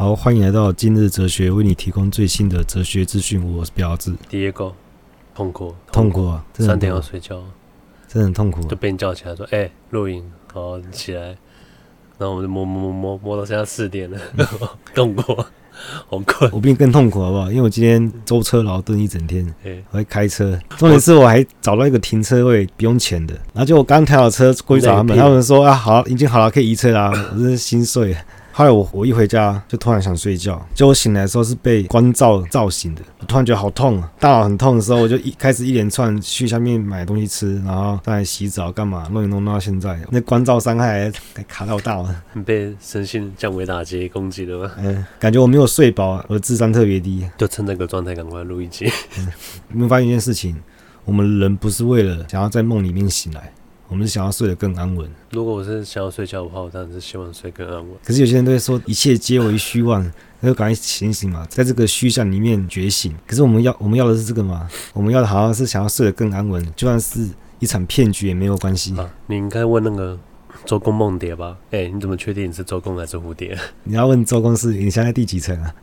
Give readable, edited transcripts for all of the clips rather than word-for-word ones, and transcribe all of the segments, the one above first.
好，欢迎来到今日哲学，为你提供最新的哲学资讯。我是彪子。 Diego， 痛苦啊 ！3点要睡觉， 真的很痛苦。 就被你叫起来说：“录影，好起来。”然后我们就摸到现在4点了，痛苦，好困。 我比你更痛苦，好不好？因为我今天舟车劳顿一整天，我会开车。重点是我还找到一个停车位不用钱的，然后就我刚开好车过去找他们，他们说好，已经好了，可以移车啦。我真是心碎。后来我一回家就突然想睡觉，结果我醒来的时候是被光照醒的，我突然觉得好痛啊，大脑很痛的时候，我就开始一连串去下面买东西吃，然后再来洗澡干嘛，弄到现在，那光照伤害还卡到我大脑。 你被身心降维打击攻击了吗？ 感觉我没有睡饱，我的智商特别低， 就趁这个状态赶快录一集。 有没有发现一件事情？我们人不是为了想要在梦里面醒来，我们是想要睡得更安稳。 如果我是想要睡觉的话，我当然是希望睡更安稳。 可是有些人都会说一切皆为虚妄，那就赶快醒醒嘛，在这个虚象里面觉醒。可是我们要的是这个吗？我们要的好像是想要睡得更安稳，就算是一场骗局也没有关系。 你应该问那个周公梦蝶吧？你怎么确定你是周公还是蝴蝶？ 你要问周公是你现在第几层啊？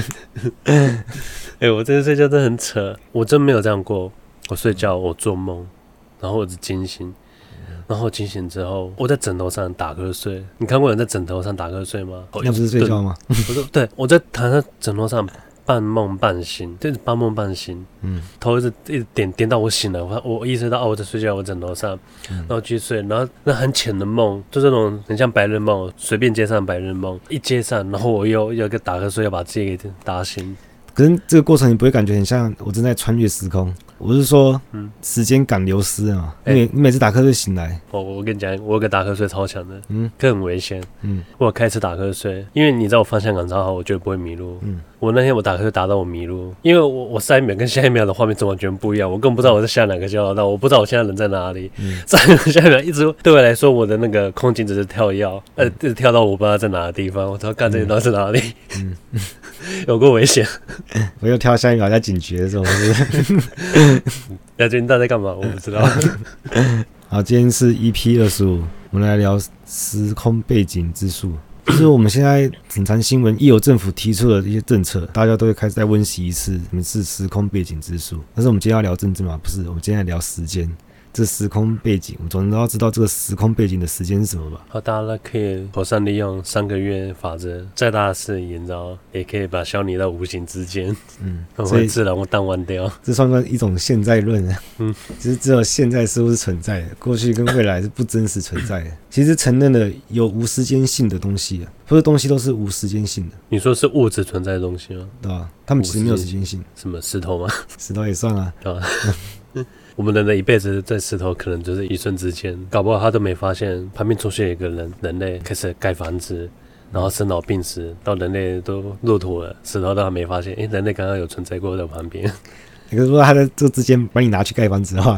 我这次睡觉真的很扯，我真没有这样过。我睡觉，我做梦，然后我是惊醒。然后惊醒之后，我在枕头上打瞌睡。你看过人在枕头上打瞌睡吗？ 那不是睡觉吗？ 对，我在躺在枕头上半梦半醒，就是半梦半醒。头一直点到我醒了，我意识到我在睡觉，我枕头上，然后继续睡。然后那很浅的梦，就是那种很像白日梦，随便接上白日梦，一接上，然后我又有一个打瞌睡，要把自己给打醒。 可是这个过程你不会感觉很像我正在穿越时空？我是说，时间感流失了嘛？你每次打瞌睡醒来， 我跟你讲，我有个打瞌睡超强的，可很危险。我有开始打瞌睡，因为你知道我方向感超好，我绝对不会迷路。我那天我打瞌睡打到我迷路，因为我上一秒跟下一秒的画面完全不一样，我根本不知道我在下哪个交流道，我不知道我现在人在哪里。上一秒下一秒一直对我来说，我的那个空间只是跳跃，一直跳到我不知道在哪个地方，我操，干这里到底是哪里？有够危险！ 我又跳下一秒在警觉的时候， 亚军大家在干嘛？我不知道。 好，今天是 EP25，我们来聊时空背景之术。就是我们现在很常新闻，一有政府提出的一些政策，大家都会开始再温习一次什么是时空背景之术。但是我们今天要聊政治嘛？不是，我们今天来聊时间。这时空背景，我总要知道这个时空背景的时间是什么吧？ 好，大家可以妥善利用3个月法则，再大的事你知道，也可以把消弭到无形之间，会自然淡忘掉。 这算一种现在论啊，就是只有现在事物是存在的，过去跟未来是不真实存在的。其实承认了有无时间性的东西啊，所有东西都是无时间性的。 你说是物质存在的东西吗？ 对吧？他们其实没有时间性。 什么石头吗？ 石头也算啊。 对吧？我们人的一辈子在石头可能就是一瞬之间，搞不好他都没发现旁边出现一个人类开始盖房子，然后生老病死，到人类都落土了，石头都还没发现，人类刚刚有存在过在旁边。 可是如果他在这之间把你拿去盖房子的话，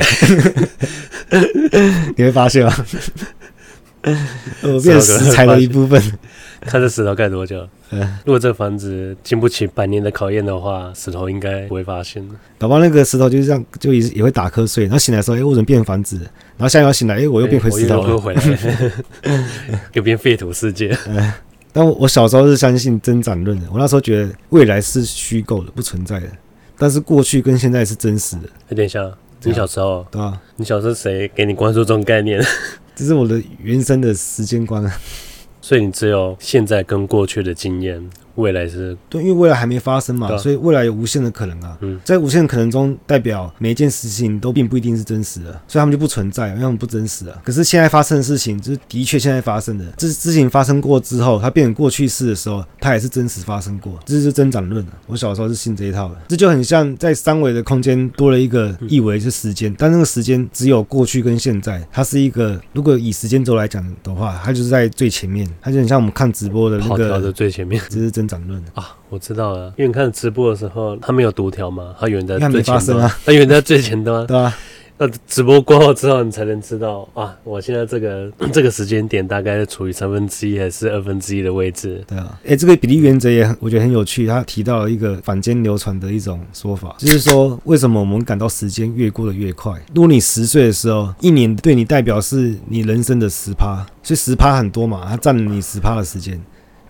你会发现吗？我变成石材的一部分。 看这石头盖多久？如果这个房子经不起100年的考验的话，石头应该不会发现。 搞不好那个石头就是这样，就也会打瞌睡，然后醒来的时候，我怎么变房子？然后下一秒醒来，我又变回石头了， 我又回来，又变废土世界。 但我小时候是相信增长论的，我那时候觉得未来是虚构的，不存在的，但是过去跟现在是真实的。 等一下，你小时候， 对啊， 你小时候谁给你灌输这种概念？ 这是我的原生的时间观啊。 所以你只有现在跟过去的经验，未来是对，因为未来还没发生嘛，所以未来有无限的可能啊。在无限的可能中，代表每一件事情都并不一定是真实的，所以他们就不存在，因为他们不真实啊。可是现在发生的事情，就是的确现在发生的，这事情发生过之后，它变成过去式的时候，它也是真实发生过，这就是增长论啊。我小时候是信这一套的，这就很像在3维的空间多了一个一维是时间，但那个时间只有过去跟现在，它是一个，如果以时间轴来讲的话，它就是在最前面，它就很像我们看直播的那个跑条的最前面， 这是增长论啊。我知道了，因为你看直播的时候，他没有读条嘛，他永远在最前端， 他永远在最前端， 对啊。 那直播过后之后，你才能知道啊，我现在这个时间点大概是处于1/3还是1/2的位置。 对啊，这个比例原则我觉得很有趣，他提到了一个坊间流传的一种说法，就是说为什么我们感到时间越过得越快？如果你10岁的时候，1年对你代表是你人生的10%，所以10%很多嘛，它占了你10%的时间。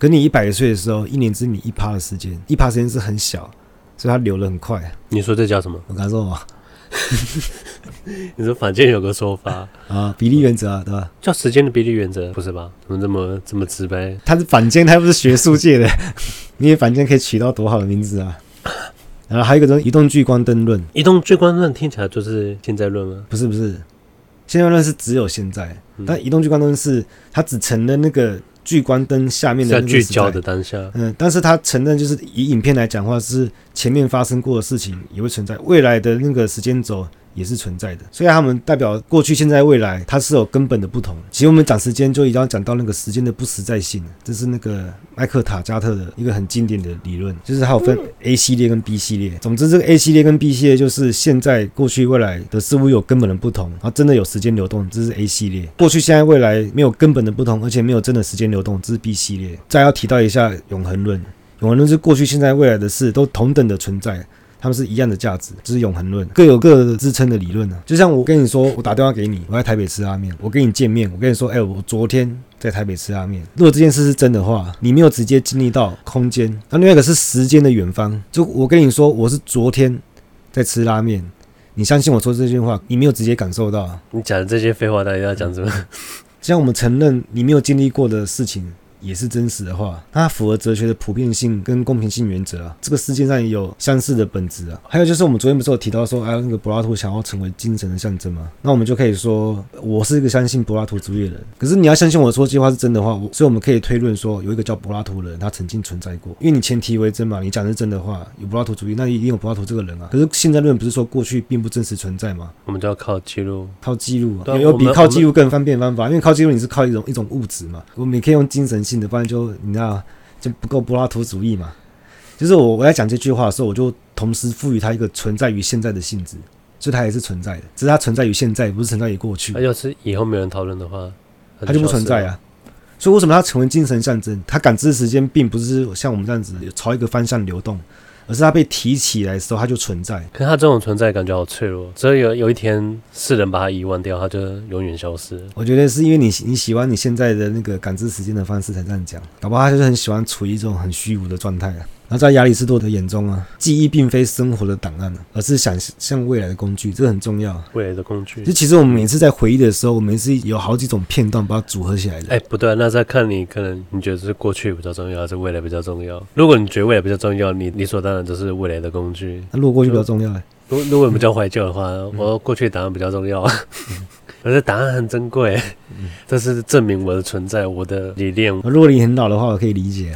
可你100岁的时候，1年只你1%的时间，1%时间是很小，所以它流得很快。 你说这叫什么？ 我刚说嘛， 你说坊间有个说法啊，比例原则啊，对吧？ 叫时间的比例原则，不是吧？怎么这么直白？ 它是坊间，它不是学术界的。你也坊间可以取到多好的名字啊！然后还有一个就是移动聚光灯论。 移动聚光灯听起来就是现在论吗？ 不是，现在论是只有现在，但移动聚光灯是它只承认那个聚光灯下面的那个聚焦的当下。 但是它承认就是以影片来讲的话，是前面发生过的事情也会存在，未来的那个时间轴也是存在的，所以他们代表过去、现在、未来，它是有根本的不同。其实我们讲时间就一定要讲到那个时间的不实在性，这是那个麦克塔加特的一个很经典的理论，就是它有分 A 系列跟 B 系列。总之，这个 A 系列跟 B 系列就是现在、过去、未来的事物有根本的不同，然后真的有时间流动，这是 A 系列。过去、现在、未来没有根本的不同，而且没有真的时间流动，这是 B 系列。再要提到一下永恒论，永恒论是过去、现在、未来的事都同等的存在。他们是一样的价值，这是永恒论，各有各支撑的理论啊。就像我跟你说，我打电话给你，我在台北吃拉面，我跟你见面，我跟你说，我昨天在台北吃拉面。如果这件事是真的话，你没有直接经历到空间，那另外一个是时间的远方。就我跟你说，我是昨天在吃拉面，你相信我说这句话，你没有直接感受到。 你讲的这些废话，到底要讲什么？ 像我们承认你没有经历过的事情也是真实的话，它符合哲学的普遍性跟公平性原则啊。这个世界上也有相似的本质啊。还有就是我们昨天不是有提到说，那个柏拉图想要成为精神的象征嘛？那我们就可以说，我是一个相信柏拉图主义的人。可是你要相信我说这句话是真的话，所以我们可以推论说，有一个叫柏拉图的人，他曾经存在过。因为你前提为真嘛，你讲的是真的话，有柏拉图主义，那一定有柏拉图这个人啊。可是现在论不是说过去并不真实存在吗？我们就要靠记录， 靠记录啊，有比靠记录更方便的方法。因为靠记录你是靠一种物质嘛，我们也可以用精神性的，不然就你知道就不够柏拉图主义嘛。就是我在讲这句话的时候，我就同时赋予它一个存在于现在的性质，所以它也是存在的，只是它存在于现在，不是存在于过去。 要是以后没有人讨论的话， 它就不存在啊。所以为什么它成为精神象征？它感知的时间并不是像我们这样子朝一个方向流动，而是它被提起来的时候它就存在。 可是它这种存在感觉好脆弱，只有有一天世人把它遗忘掉，它就永远消失了。 我觉得是因为你喜欢你现在的那个感知时间的方式才这样讲，搞不好他就是很喜欢处于一种很虚无的状态啊。然后在亚里士多德眼中啊，记忆并非生活的档案，而是想象未来的工具，这个很重要。 未来的工具， 其实我们每次在回忆的时候，我们是有好几种片段把它组合起来的。 不对，那在看你可能你觉得是过去比较重要，还是未来比较重要？如果你觉得未来比较重要，你理所当然就是未来的工具。 那如果过去比较重要呢？ 如果你比较怀旧的话，我过去的答案比较重要。可是答案很珍贵，这是证明我的存在，我的理念。 如果你很老的话，我可以理解。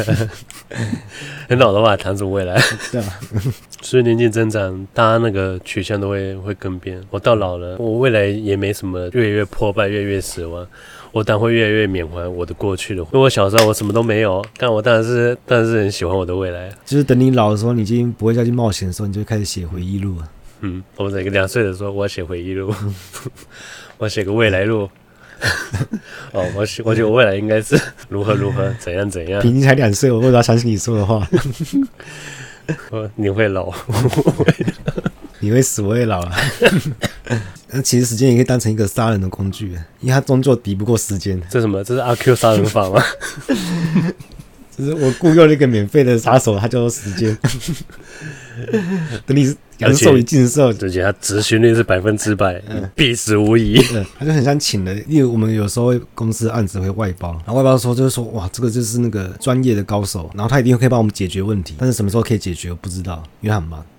很老的话，谈什么未来？ 对啊。 所以年纪增长，大家那个取向都会更变。我到老了，我未来也没什么，越来越破败，越来越死亡。我当然会越来越缅怀我的过去了。因为我小时候我什么都没有，但我当然是很喜欢我的未来。 就是等你老的时候，你已经不会再去冒险的时候，你就开始写回忆录了。 我在2岁的时候，我要写回忆录，我要写个未来录。我觉得我未来应该是如何怎样。 平均才2岁，我为什么要相信你说的话？ 你会老， 你会死，我会老了。那其实时间也可以当成一个杀人的工具，因为它终究敌不过时间。 这什么？这是阿 Q 杀人法吗？ 就是我雇佣了一个免费的杀手，他叫做时间。等你阳寿一尽的时候， 而且他执行率是100%，必死无疑。 他就很像请的，因为我们有时候公司案子会外包，然后外包的时候就是说，哇，这个就是那个专业的高手，然后他一定可以帮我们解决问题，但是什么时候可以解决我不知道，因为他很忙。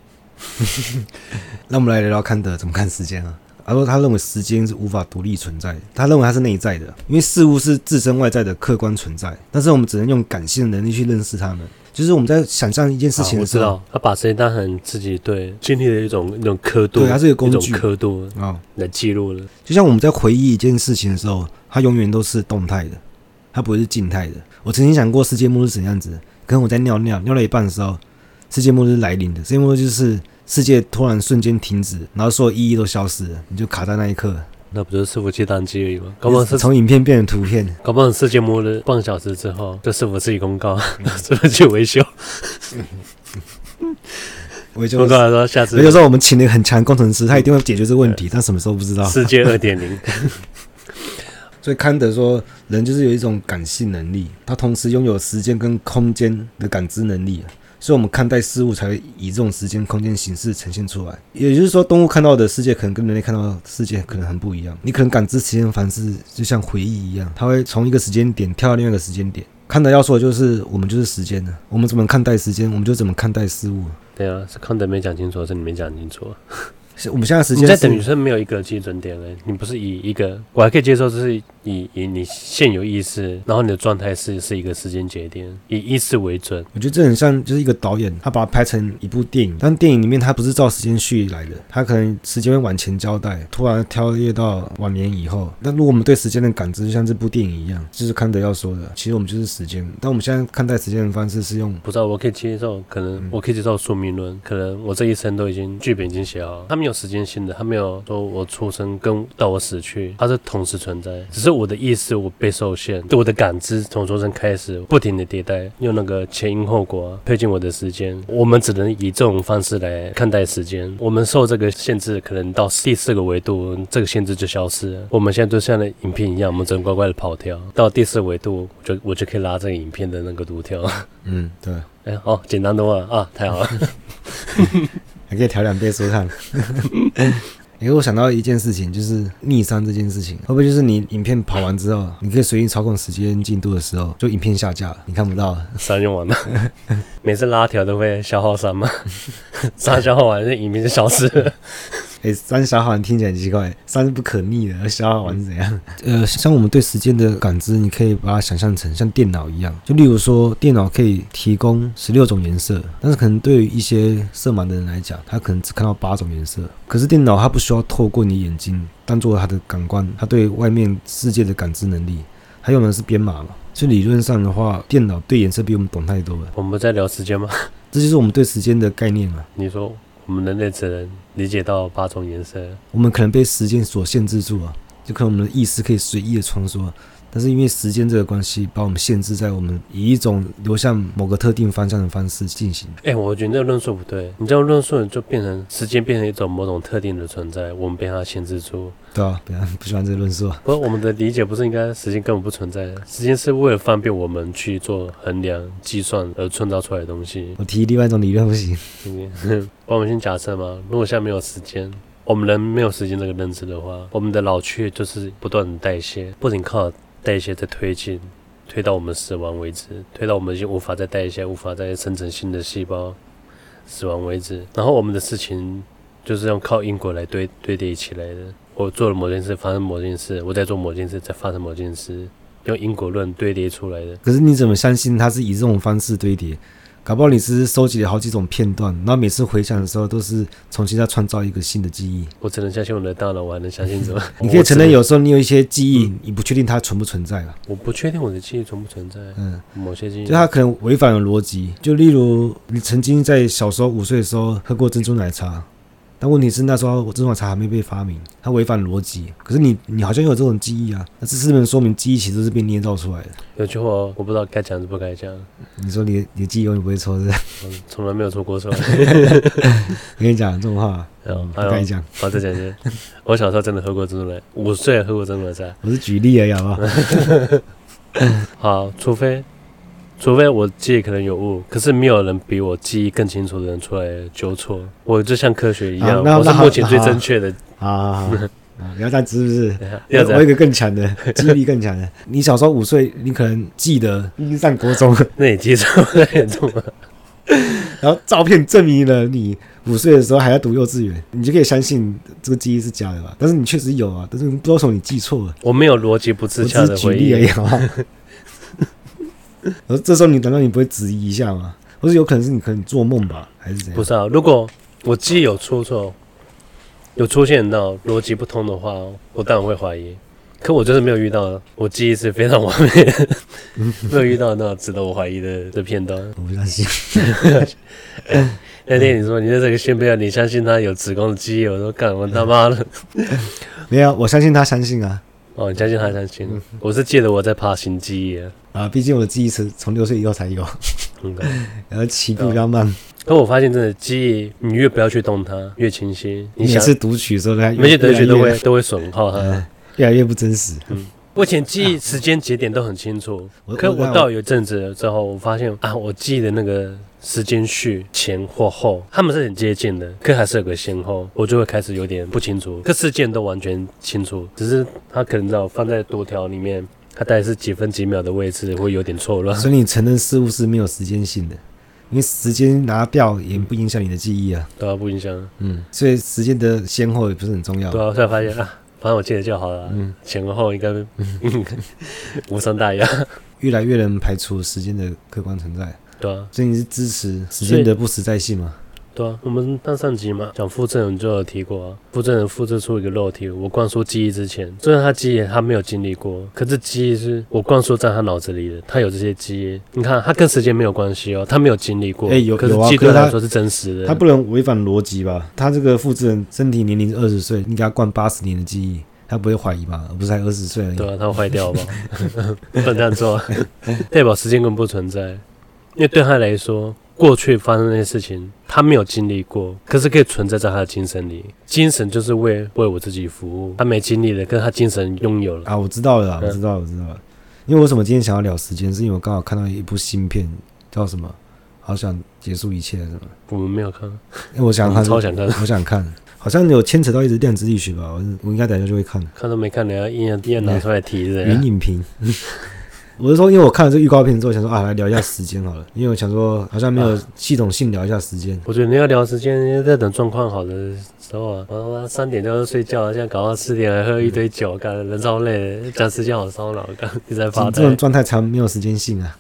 那我们来聊聊康德怎么看时间啊？他认为时间是无法独立存在的，他认为它是内在的，因为事物是自身外在的客观存在，但是我们只能用感性的能力去认识它们。就是我们在想象一件事情的时候， 我知道他把时间当成自己对经历的一种刻度， 对，它是一个工具， 一种刻度来记录的。 就像我们在回忆一件事情的时候，它永远都是动态的，它不会是静态的。我曾经想过世界末日是怎样子，可能我在尿了一半的时候，世界末日来临的。世界末日就是世界突然瞬间停止，然后所有意义都消失了，你就卡在那一刻。 那不就是伺服器宕机而已吗？搞不好是从影片变成图片， 搞不好世界末日半小时之后，就伺服器公告，伺服器维修。公告来说，下次有时候我们请了一个很强的工程师，他一定会解决这个问题，但什么时候不知道。 世界2.0。 所以康德说，人就是有一种感性能力，他同时拥有时间跟空间的感知能力，所以我们看待事物才会以这种时间空间形式呈现出来。也就是说，动物看到的世界可能跟人类看到的世界可能很不一样。你可能感知时间的方式就像回忆一样，它会从一个时间点跳到另外一个时间点。康德要说的就是，我们就是时间的，我们怎么看待时间，我们就怎么看待事物。 对啊，是康德没讲清楚，是你没讲清楚。 我们现在时间你在等于是没有一个基准点了，你不是以一个，我还可以接受，就是以你现有意识，然后你的状态是一个时间节点，以意识为准。 我觉得这很像就是一个导演，他把它拍成一部电影，但电影里面他不是照时间序来的，他可能时间会往前交代，突然跳跃到晚年以后。但如果我们对时间的感知就像这部电影一样，就是康德要说的，其实我们就是时间。但我们现在看待时间的方式是用， 不知道，我可以接受，可能我可以接受宿命论，可能我这一生都已经剧本已经写好了，他没有时间性的，他没有说我出生跟到我死去，它是同时存在，只是我的意识我被受限，对我的感知从出生开始不停的迭代，用那个前因后果推进我的时间。我们只能以这种方式来看待时间，我们受这个限制，可能到第4个维度，这个限制就消失了。我们现在就像那影片一样，我们只能乖乖的跑跳，到第4维度，我就可以拉这个影片的那个图条。 对。 简单多了啊，太好了。 还可以调2倍速看。因为我想到一件事情，就是逆商这件事情，会不会就是你影片跑完之后，你可以随意操控时间进度的时候，就影片下架了，你看不到了， 删用完了。每次拉条都会消耗3吗？删消耗完，那影片就消失了。 删消耗完听起来很奇怪，删是不可逆的，而消耗完是怎样？像我们对时间的感知，你可以把它想象成像电脑一样，就例如说，电脑可以提供16种颜色，但是可能对于一些色盲的人来讲，他可能只看到8种颜色。可是电脑它不需要透过你眼睛当做它的感官，它对外面世界的感知能力，它用的是编码嘛。所以理论上的话，电脑对颜色比我们懂太多了。 我们在聊时间吗？ 这就是我们对时间的概念嘛。 你说我们人类只能理解到8种颜色， 我们可能被时间所限制住了，就可能我们的意识可以随意的穿梭，但是因为时间这个关系，把我们限制在我们以一种流向某个特定方向的方式进行。 我觉得这个论述不对，你这样论述就变成时间变成一种某种特定的存在，我们被它限制住。 对啊，不喜欢这个论述。 不过我们的理解不是应该时间根本不存在，时间是为了方便我们去做衡量、计算而创造出来的东西。 我提另外一种理论不行。 我们先假设嘛，如果现在没有时间，我们人没有时间这个认知的话，我们的老去就是不断的代谢，不仅靠代谢在推进，推到我们死亡为止，推到我们已经无法再代谢、无法再生成新的细胞，死亡为止。然后我们的事情就是用靠因果来堆叠起来的。我做了某件事，发生某件事，我在做某件事，再发生某件事，用因果论堆叠出来的。 可是你怎么相信它是以这种方式堆叠？搞不好你只是收集了好几种片段，然后每次回想的时候都是重新再创造一个新的记忆。 我只能相信我的大脑，我还能相信什么？ 你可以承认有时候你有一些记忆，你不确定它存不存在了。 我不确定我的记忆存不存在。某些记忆， 就它可能违反了逻辑。就例如你曾经在小时候5岁的时候喝过珍珠奶茶。但问题是那时候珍珠奶茶还没被发明，它违反逻辑。可是你好像有这种记忆啊，那这是不是说明记忆其实都是被捏造出来的？ 有句话我不知道该讲还是不该讲。 你说你的记忆永远不会错，是不是？ 我从来没有错过错。 我跟你讲这种话，不该讲。 好，再讲一遍。我小时候真的喝过珍珠奶茶，5岁喝过珍珠奶茶。 我是举例而已，好不好？ 好，除非我记忆可能有误，可是没有人比我记忆更清楚的人出来纠错。我就像科学一样，我是目前最正确的。 好，你要这样子是不是？我有一个更强的，记忆力更强的。你小时候5岁，你可能记得你上国中， 那你记错太严重了。 然后照片证明了你5岁的时候还要读幼稚园，你就可以相信这个记忆是假的吧？但是你确实有啊，但是不知道为什么你记错了。 我没有逻辑不自洽的回忆。 我只是举例而已，好吧？而这时候难道你不会质疑一下吗？或是有可能是你可能做梦吧，还是怎样？ 不是啊，如果我记忆有出错，有出现到逻辑不通的话，我当然会怀疑。可我就是没有遇到，我记忆是非常完美的，没有遇到那值得我怀疑的片段。 我不相信。 那天你说你在这个先辈，你相信他有子宫的记忆？我说干我他妈的， 没有，我相信他相信啊。 哦，你相信他相信？我是记得我在爬行记忆啊，毕竟我的记忆是从6岁以后才有，然后起步比较慢。 可我发现真的记忆，你越不要去动它，越清晰。 你每次读取的时候， 每次读取都会损耗它， 越来越不真实。 我以前记忆时间节点都很清楚，可我到有一阵子之后，我发现我记的那个时间序前或后，他们是很接近的，可还是有个先后，我就会开始有点不清楚。可事件都完全清楚，只是他可能在放在多条里面，它大概是几分几秒的位置会有点错乱。 所以你承认事物是没有时间性的，因为时间拿掉也不影响你的记忆啊。 对啊，不影响。 所以时间的先后也不是很重要。 对啊，我才发现反正我记得就好了。前和后应该无伤大雅。 越来越能排除时间的客观存在。 对啊， 所以你是支持时间的不实在性吗？ 对啊，我们上集嘛讲复制人就有提过复制人复制出一个肉体，我灌输记忆之前，虽然他记忆他没有经历过，可是记忆是我灌输在他脑子里的，他有这些记忆。你看，他跟时间没有关系他没有经历过，可是记忆对他来说是真实的。 他不能违反逻辑吧？他这个复制人身体年龄是20岁，你给他灌80年的记忆，他不会怀疑吧？而不是才20岁而已。 对啊，他会坏掉吧？不能这样做，代表时间根本不存在，因为对他来说。过去发生那些事情，他没有经历过，可是可以存在在他的精神里。精神就是为我自己服务，他没经历的，跟他精神拥有了。 我知道了，我知道了。因为为什么今天想要聊时间，是因为我刚好看到一部新片，叫什么？好想结束一切什么？ 我们没有看， 因为我想看， 超想看， 我想看。好像有牵扯到一直量子力学吧？我应该等一下就会看。 看都没看，你要硬拿出来提的。 云影评。我是说，因为我看了这个预告片之后，想说来聊一下时间好了，因为我想说好像没有系统性聊一下时间。 我觉得你要聊时间，在等状况好的时候我3点就要睡觉，现在搞到4点还喝一堆酒，干人超累的，讲时间好烧脑，干一直在发呆。 这种状态才没有时间性啊。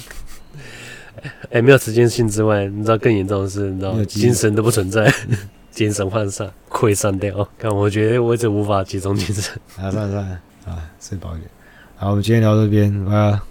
没有时间性之外，你知道更严重的是，你知道精神都不存在，精神涣散、溃散掉。看，我觉得我一直无法集中精神。 算了，睡饱一点。好，我们今天聊到这边，拜拜。